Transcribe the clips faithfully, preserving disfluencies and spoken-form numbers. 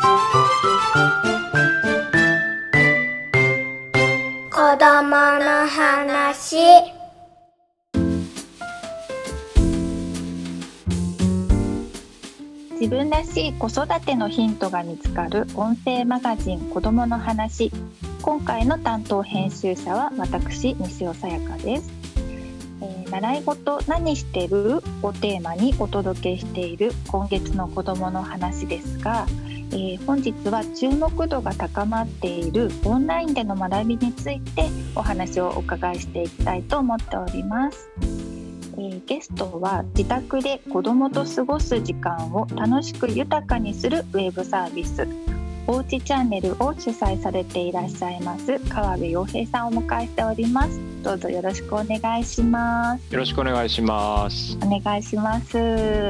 子供の話。 自分らしい子育てのヒントが見つかる音声マガジン子どもの話。今回の担当編集者は私、西尾さやかです。えー、習い事何してるをテーマにお届けしている今月の子どもの話ですが、えー、本日は注目度が高まっているオンラインでの学びについてお話をお伺いしていきたいと思っております。えー、ゲストは自宅で子どもと過ごす時間を楽しく豊かにするウェブサービスおうちチャンネルを主催されていらっしゃいます川辺洋平さんをお迎えしております。どうぞよろしくお願いします。 よろしくお願いします。 お願いします。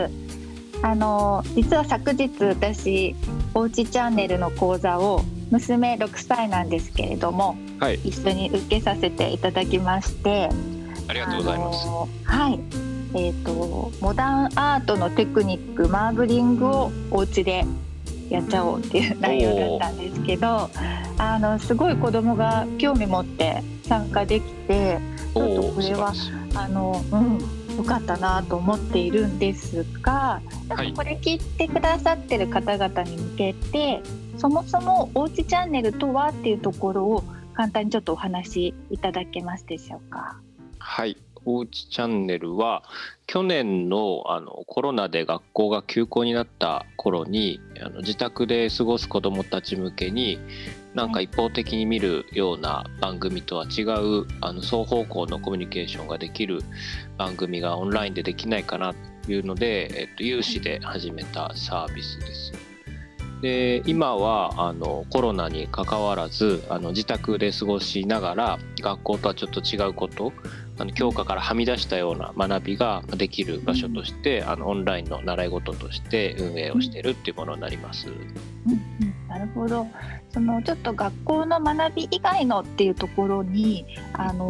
あの実は昨日私おうちチャンネルの講座を娘ろくさいなんですけれども、はい、一緒に受けさせていただきまして、 ありがとうございます。 はい、えーと、モダンアートのテクニックマーブリングをお家でやっちゃおうっていう内容だったんですけど、あのすごい子供が興味持って参加できて、ちょっとこれはあの、うん、よかったなと思っているんですが、なんかこれ聞いてくださってる方々に向けて、はい、そもそもおうちチャンネルとはっていうところを簡単にちょっとお話しいただけますでしょうか。 はい、おうちチャンネルは去年 の, あのコロナで学校が休校になった頃にあの自宅で過ごす子どもたち向けになんか一方的に見るような番組とは違うあの双方向のコミュニケーションができる番組がオンラインでできないかなというので、えっと、有志で始めたサービスです。で今はあのコロナに関わらずあの自宅で過ごしながら学校とはちょっと違うことあの教科からはみ出したような学びができる場所として、うん、あのオンラインの習い事として運営をしているっていうものになります。うんうん、なるほど。そのちょっと学校の学び以外のっていうところにあの、うん、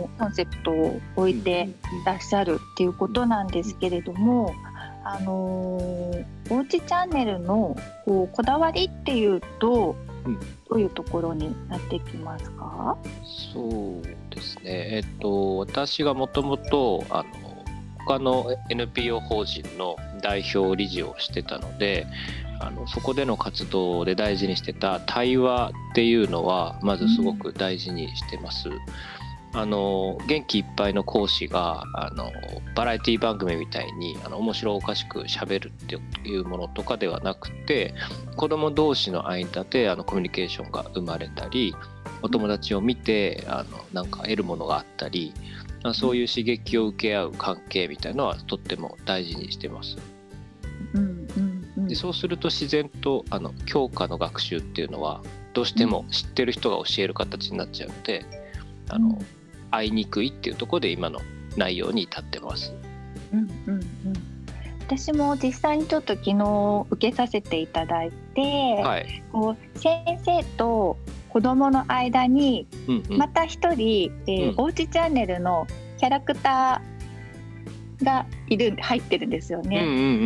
コンセプトを置いてらっしゃるっていうことなんですけれども、あのおうちチャンネルのこうこだわりっていうと、うん、どういうところになってきますか？ そうですね、えっと、私がもともとあの他の エヌピーオー 法人の代表理事をしてたので、あのそこでの活動で大事にしてた対話っていうのはまずすごく大事にしてます。うんあの元気いっぱいの講師があのバラエティ番組みたいにあの面白おかしくしゃべるっていうものとかではなくて、子ども同士の間であのコミュニケーションが生まれたり、お友達を見てあのなんか得るものがあったり、そういう刺激を受け合う関係みたいなのはとっても大事にしてます。うんうんうん、でそうすると自然とあの教科の学習っていうのはどうしても知ってる人が教える形になっちゃうので、あの会いにくいっていうところで今の内容に至ってます。 うんうんうん、私も実際にちょっと昨日受けさせていただいて、はい、こう先生と子どもの間にまた一人、うんうんえーうん、おうちチャンネルのキャラクターがいる入ってるんですよね。うんうんうんうん、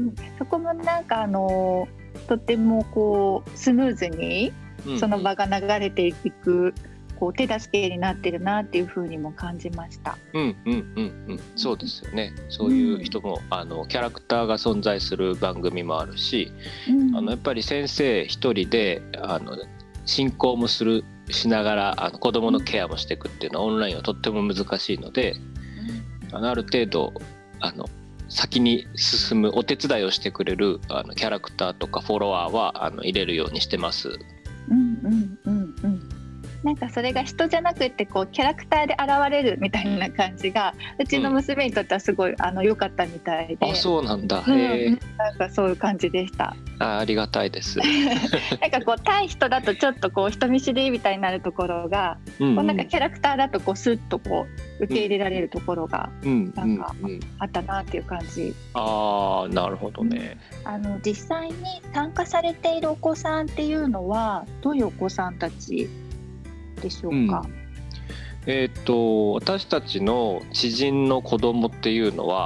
そこもなんかあのとてもこうスムーズにその場が流れていくこう手助けになってるなっていう風にも感じました。 うんうんうんうん、そうですよね。そういう人も、うん、あのキャラクターが存在する番組もあるし、うん、あのやっぱり先生一人であの進行もするしながらあの子どものケアもしていくっていうのはオンラインはとっても難しいので、うん、あのある程度あの先に進むお手伝いをしてくれるあのキャラクターとかフォロワーはあの入れるようにしてます。 うんうんうんうん、なんかそれが人じゃなくてこうキャラクターで現れるみたいな感じがうちの娘にとってはすごい、うん、あの良かったみたいで。 あ、そうなんだ。 へー、うん、なんかそういう感じでした。 あ、ありがたいですなんかこう対人だとちょっとこう人見知りみたいになるところが、うんうん、こうなんかキャラクターだとこうスッとこう受け入れられるところがなんかあったなっていう感じ、うんうんうん、 ああ、なるほどね。 あの実際に参加されているお子さんっていうのはどういうお子さんたちでしょうか？うん、 えー、と私たちの知人の子供っていうのは、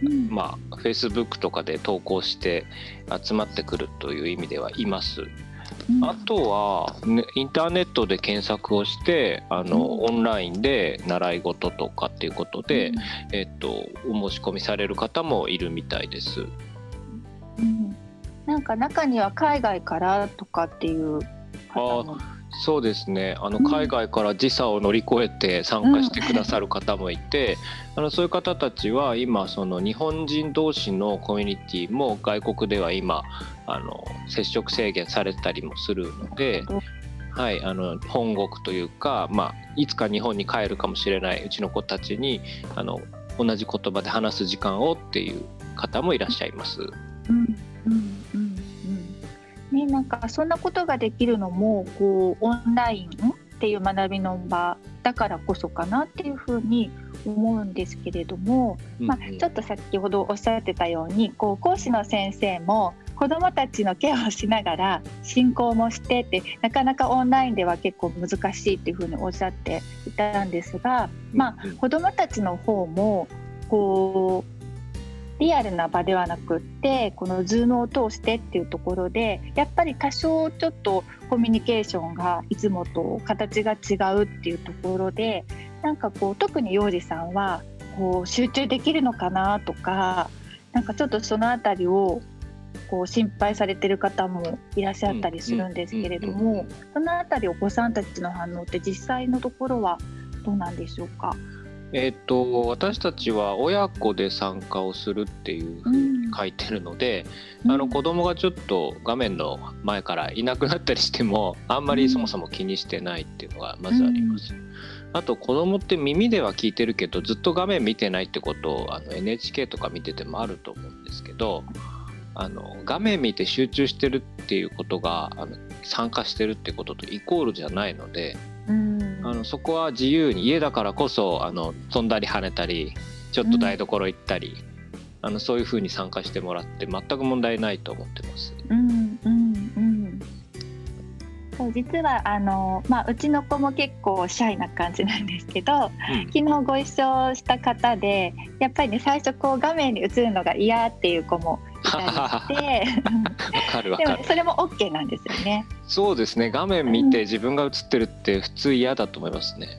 うん、 まあ Facebook とかで投稿して集まってくるという意味ではいます。 うん、 あとは、ね、インターネットで検索をしてあの、うん、オンラインで習い事とかっていうことで、うん、えっと、お申し込みされる方もいるみたいです。 うん、なんか中には海外からとかっていう方も。 あ、そうですね、あの海外から時差を乗り越えて参加してくださる方もいて、うん、あのそういう方たちは今その日本人同士のコミュニティも外国では今あの接触制限されたりもするので、はい、あの本国というか、まあ、いつか日本に帰るかもしれないうちの子たちにあの同じ言葉で話す時間をっていう方もいらっしゃいます。 うんうんうんね、なんかそんなことができるのもこうオンラインっていう学びの場だからこそかなっていうふうに思うんですけれども、うんうん、まあ、ちょっと先ほどおっしゃってたようにこう講師の先生も子どもたちのケアをしながら進行もしてってなかなかオンラインでは結構難しいっていうふうにおっしゃっていたんですが、まあ、子どもたちの方もこうリアルな場ではなくってこの Zoom を通してっていうところでやっぱり多少ちょっとコミュニケーションがいつもと形が違うっていうところでなんかこう特に洋二さんはこう集中できるのかなとかなんかちょっとそのあたりをこう心配されてる方もいらっしゃったりするんですけれども、そのあたりお子さんたちの反応って実際のところはどうなんでしょうか？ えー、と私たちは親子で参加をするっていうふうに書いてるので、うん、あの子供がちょっと画面の前からいなくなったりしてもあんまりそもそも気にしてないっていうのがまずあります、うん、あと子供って耳では聞いてるけどずっと画面見てないってことをあの エヌエイチケー とか見ててもあると思うんですけど、あの画面見て集中してるっていうことがあの参加してるってこととイコールじゃないので、うん、あのそこは自由に家だからこそあの飛んだり跳ねたりちょっと台所行ったり、うん、あのそういう風に参加してもらって全く問題ないと思ってます。 うんうんうん、そう実はあの、まあ、うちの子も結構シャイな感じなんですけど、うん、昨日ご一緒した方でやっぱりね最初こう画面に映るのが嫌っていう子もいたりしてわかるわかる。 でもそれも OK なんですよね。 そうですね、画面見て自分が映ってるって普通嫌だと思いますね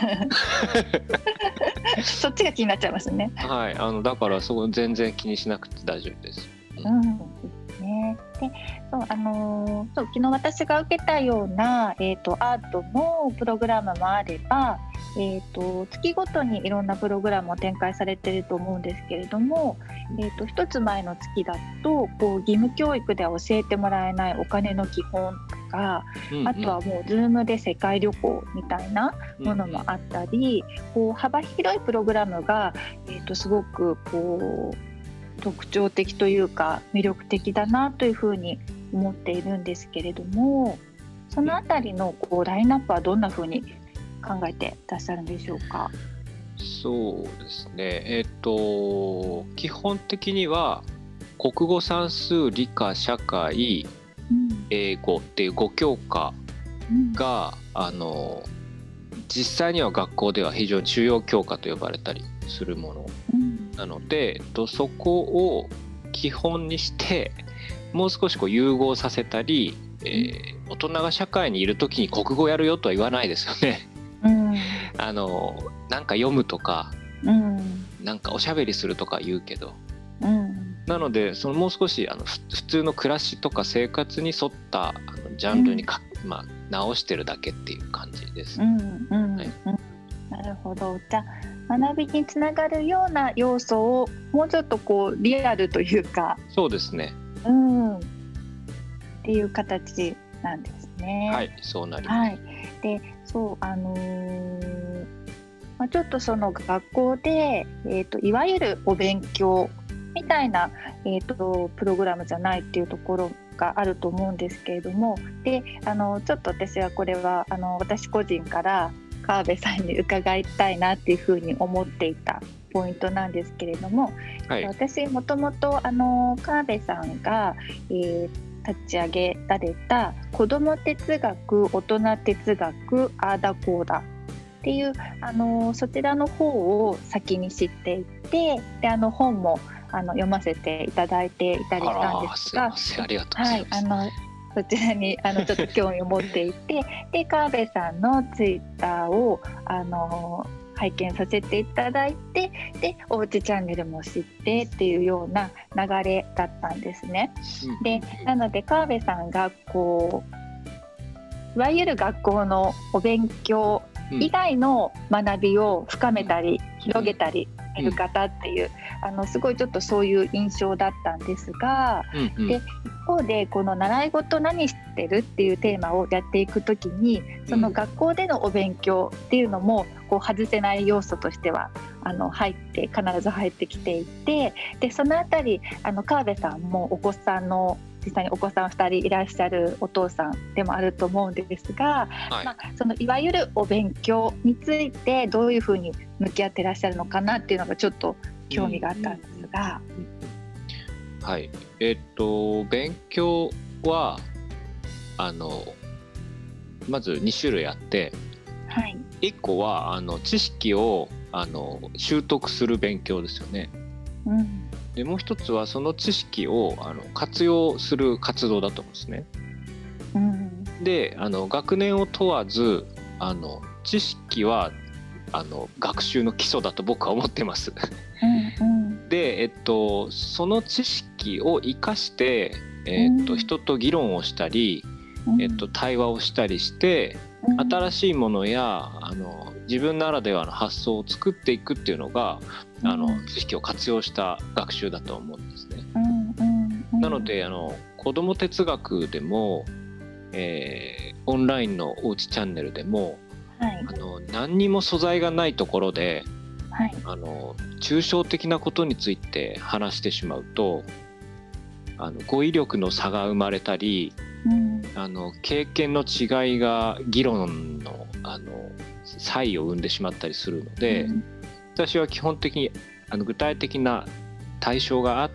そっちが気になっちゃいますね。 はい、あのだからそこ全然気にしなくて大丈夫です、 うん、ですね。でそうあのー、そう昨日私が受けたような、えーと、アートのプログラムもあれば、えーと、月ごとにいろんなプログラムを展開されていると思うんですけれども、えーと、一つ前の月だとこう義務教育では教えてもらえないお金の基本とか、うんうん、あとはもう Zoom で世界旅行みたいなものもあったり、うんうん、こう幅広いプログラムが、えーと、すごくこう特徴的というか魅力的だなというふうに思っているんですけれども、そのあたりのこうラインナップはどんなふうに考えていらっしゃるんでしょうか？ そうですね、えっと基本的には国語算数理科社会、うん、英語っていうご教科が、うん、あの実際には学校では非常に重要教科と呼ばれたりするもの、うんなのでそこを基本にしてもう少しこう融合させたり、えー、大人が社会にいる時に国語やるよとは言わないですよね、うん、あのなんか読むとか、うん、なんかおしゃべりするとか言うけど、うん、なのでそのもう少しあの普通の暮らしとか生活に沿ったあのジャンルにか、うんまあ、直してるだけっていう感じです、うんうんはい、 なるほど。じゃあ学びにつながるような要素をもうちょっとこうリアルというか、 そうですね、 うん、っていう形なんですね。 はい、そうなります。 はい、で、そうあのーまあ、ちょっとその学校で、えーと、いわゆるお勉強みたいな、えーと、プログラムじゃないっていうところがあると思うんですけれども、で、あのちょっと私はこれはあの私個人から川辺さんに伺いたいなっていうふうに思っていたポイントなんですけれども、はい、私もともとあの川辺さんが、えー、立ち上げられた子ども哲学大人哲学あーだこーだっっていうあのそちらの方を先に知っていて、であの本もあの読ませていただいていたりしたんですが、 あら、すいません、ありがとうございます。 はい、あのそちらにあのちょっと興味を持っていてで川辺さんのツイッターをあの拝見させていただいて、でおうちチャンネルも知ってっていうような流れだったんですね。でなので川辺さんがこういわゆる学校のお勉強以外の学びを深めたり広げたりいる方っていう、あのすごいちょっとそういう印象だったんですが、 うんうん、 で一方でこの習い事何してるっていうテーマをやっていくときに、その学校でのお勉強っていうのもこう外せない要素としてはあの入って必ず入ってきていて、でそのあたりあの川辺さんもお子さんの実際にお子さんふたりいらっしゃるお父さんでもあると思うんですが、 はい、 まあ、そのいわゆるお勉強についてどういうふうに向き合ってらっしゃるのかなっていうのがちょっと興味があったんですが、 はい、えっと勉強はあのまずに種類あって、 はい、 いっこはあの知識をあの習得する勉強ですよね。 うん、 でもう一つはその知識をあの活用する活動だと思うんですね。 うん、 であの学年を問わずあの知識はあの学習の基礎だと僕は思ってます。 うんうん、 で、えっと、その知識を生かして、えっと、人と議論をしたり、 うん、 えっと、対話をしたりして、うん、新しいものやあの自分ならではの発想を作っていくっていうのが、うん、あの知識を活用した学習だと思うんですね。 うんうん、 なのであの子ども哲学でも、えー、オンラインのおうちチャンネルでも、はい、あの何にも素材がないところで、はい、あの抽象的なことについて話してしまうとあの語彙力の差が生まれたり、うん、あの経験の違いが議論の、あの差異を生んでしまったりするので、うん、私は基本的にあの具体的な対象があって、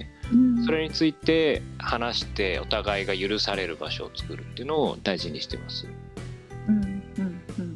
うん、それについて話してお互いが許される場所を作るっていうのを大事にしてます。 うんうんうんうん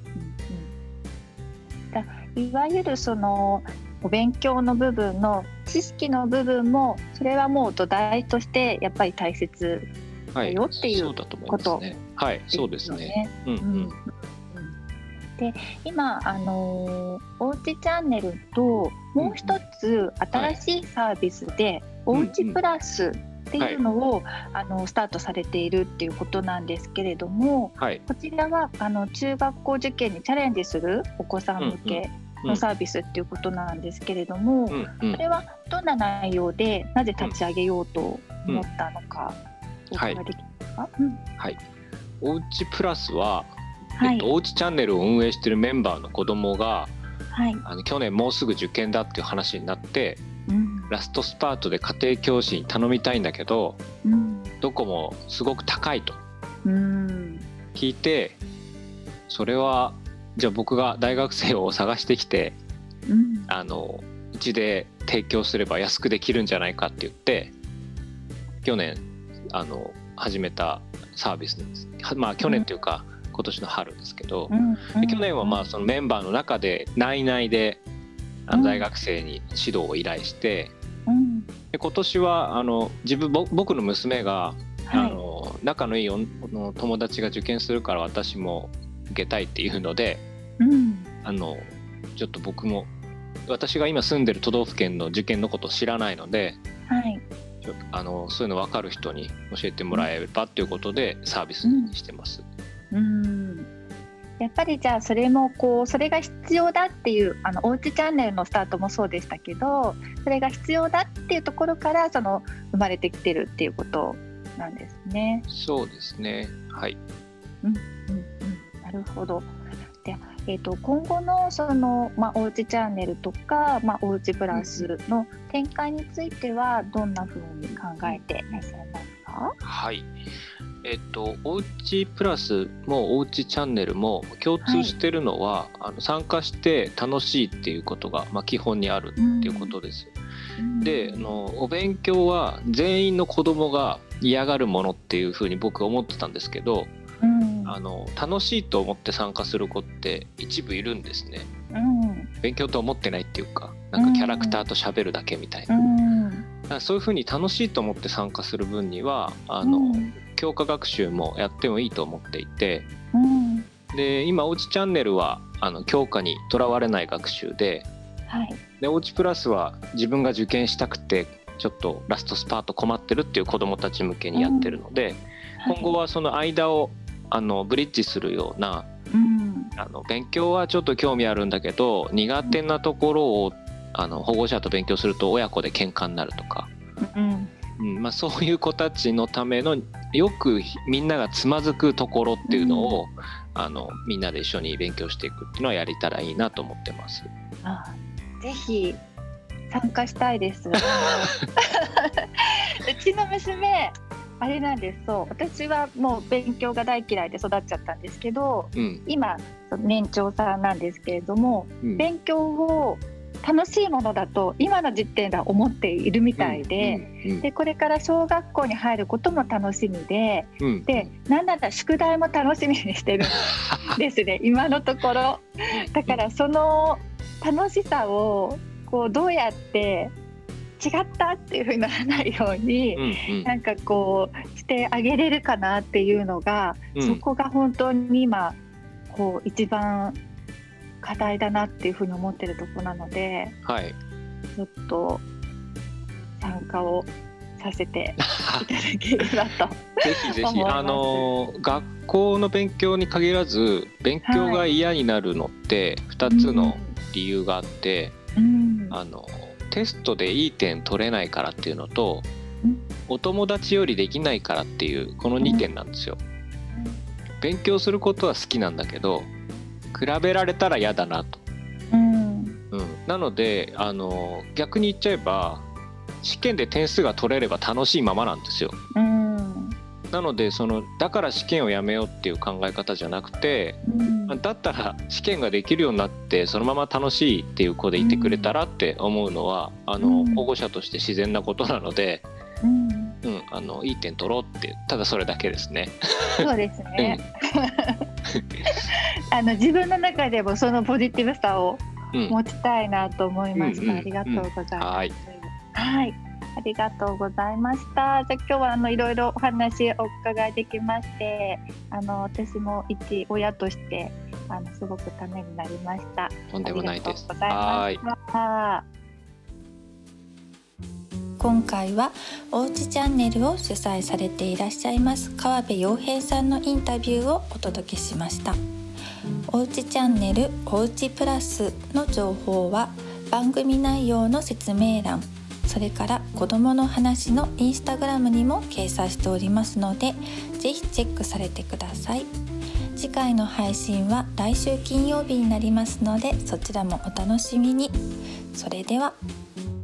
うん、いわゆるそのお勉強の部分の知識の部分もそれはもう土台としてやっぱり大切だよっていうことですよね。 はい、そうですね。うんうん、 で今あのおうちチャンネルともう一つ新しいサービスで、はい、おうちプラスっていうのを、はい、あのスタートされているっていうことなんですけれども、はい、こちらはあの中学校受験にチャレンジするお子さん向けのサービスっていうことなんですけれども、うんうん、これはどんな内容でなぜ立ち上げようと思ったのかお伺いできますか？ はい、うんはい、おうちプラスは、えっと、おうちチャンネルを運営しているメンバーの子どもが、はい、あの去年もうすぐ受験だっていう話になって、うん、ラストスパートで家庭教師に頼みたいんだけど、うん、どこもすごく高いと聞いて、それはじゃあ僕が大学生を探してきて、うん、あのうちで提供すれば安くできるんじゃないかって言って去年あの始めたサービスなんです。まあ去年というか、うん、今年の春ですけど、うんうん、で去年はまあそのメンバーの中で内々であの大学生に指導を依頼して、うん、で今年はあの自分僕の娘が、はい、あの仲のいいの友達が受験するから私も受けたいっていうので、うん、あのちょっと僕も私が今住んでる都道府県の受験のことを知らないので、はい、ちょっとあのそういうの分かる人に教えてもらえればということでサービスにしてます。 うんうんやっぱりじゃあそれもこうそれが必要だっていうあのおうちチャンネルのスタートもそうでしたけど、それが必要だっていうところからその生まれてきてるっていうことなんですね。 そうですね。はい。 うんうんうん。なるほど。で、えーと、今後のそのまあおうちチャンネルとかまあおうちプラスの展開についてはどんな風に考えていらっしゃいますか？ はい。えっと、おうちプラスもおうちチャンネルも共通してるのは、はい、あの参加して楽しいっていうことが、まあ、基本にあるっていうことです。うん、であのお勉強は全員の子供が嫌がるものっていうふうに僕は思ってたんですけど、うん、 あの楽しいと思って参加する子って一部いるんですね。 うん、 勉強と思ってないっていうか、なんかキャラクターと喋るだけみたいな、 うん、 だからそういう風に楽しいと思って参加する分にはあの、うん、教科学習もやってもいいと思っていて、うん、で今おうちチャンネルはあの教科にとらわれない学習で、はい、でおうちプラスは自分が受験したくてちょっとラストスパート困ってるっていう子どもたち向けにやってるので、うん、今後はその間をあのブリッジするような、うん、あの勉強はちょっと興味あるんだけど苦手なところをあの保護者と勉強すると親子で喧嘩になるとか、うんうんまあ、そういう子たちのためのよくみんながつまずくところっていうのを、うん、あのみんなで一緒に勉強していくっていうのはやれたらいいなと思ってます。 ああ、ぜひ参加したいですうちの娘あれなんです。そう、私はもう勉強が大嫌いで育っちゃったんですけど、うん、今年長さんなんですけれども、うん、勉強を楽しいものだと今の時点では思っているみたいで、うんうんうん、でこれから小学校に入ることも楽しみで、うん、でなんなら宿題も楽しみにしてるんですね今のところ。だからその楽しさをこうどうやって違ったっていう風にならないように、うんうん、なんかこうしてあげれるかなっていうのが、うん、そこが本当に今こう一番課題だなっていう風に思ってるところなので、はい、ちょっと参加をさせていただければとぜひぜひあの学校の勉強に限らず勉強が嫌になるのってふたつの理由があって、はい、うん、あのテストでいい点取れないからっていうのと、うん、お友達よりできないからっていうこのにてんなんですよ、うん、勉強することは好きなんだけど比べられたら嫌だなと、うんうん、なのであの逆に言っちゃえば試験で点数が取れれば楽しいままなんですよ、うん、なのでそのだから試験をやめようっていう考え方じゃなくて、うん、だったら試験ができるようになってそのまま楽しいっていう子でいてくれたらって思うのは、うん、あの保護者として自然なことなので、うんうん、あのいい点取ろうってただそれだけですね。 そうですね、うん、あの自分の中でもそのポジティブさを持ちたいなと思いました、うん、ありがとうございます、うんうん、はい、はい、ありがとうございました。じゃあ今日はあのいろいろお話お伺いできまして、あの私も一親としてあのすごくためになりました。 とんでもないです。 ありがとうございました。 今回はおうちチャンネルを主催されていらっしゃいます川辺洋平さんのインタビューをお届けしました。おうちチャンネルおうちプラスの情報は番組内容の説明欄、それから子どもの話のインスタグラムにも掲載しておりますので、ぜひチェックされてください。次回の配信は来週金曜日になりますので、そちらもお楽しみに。それでは。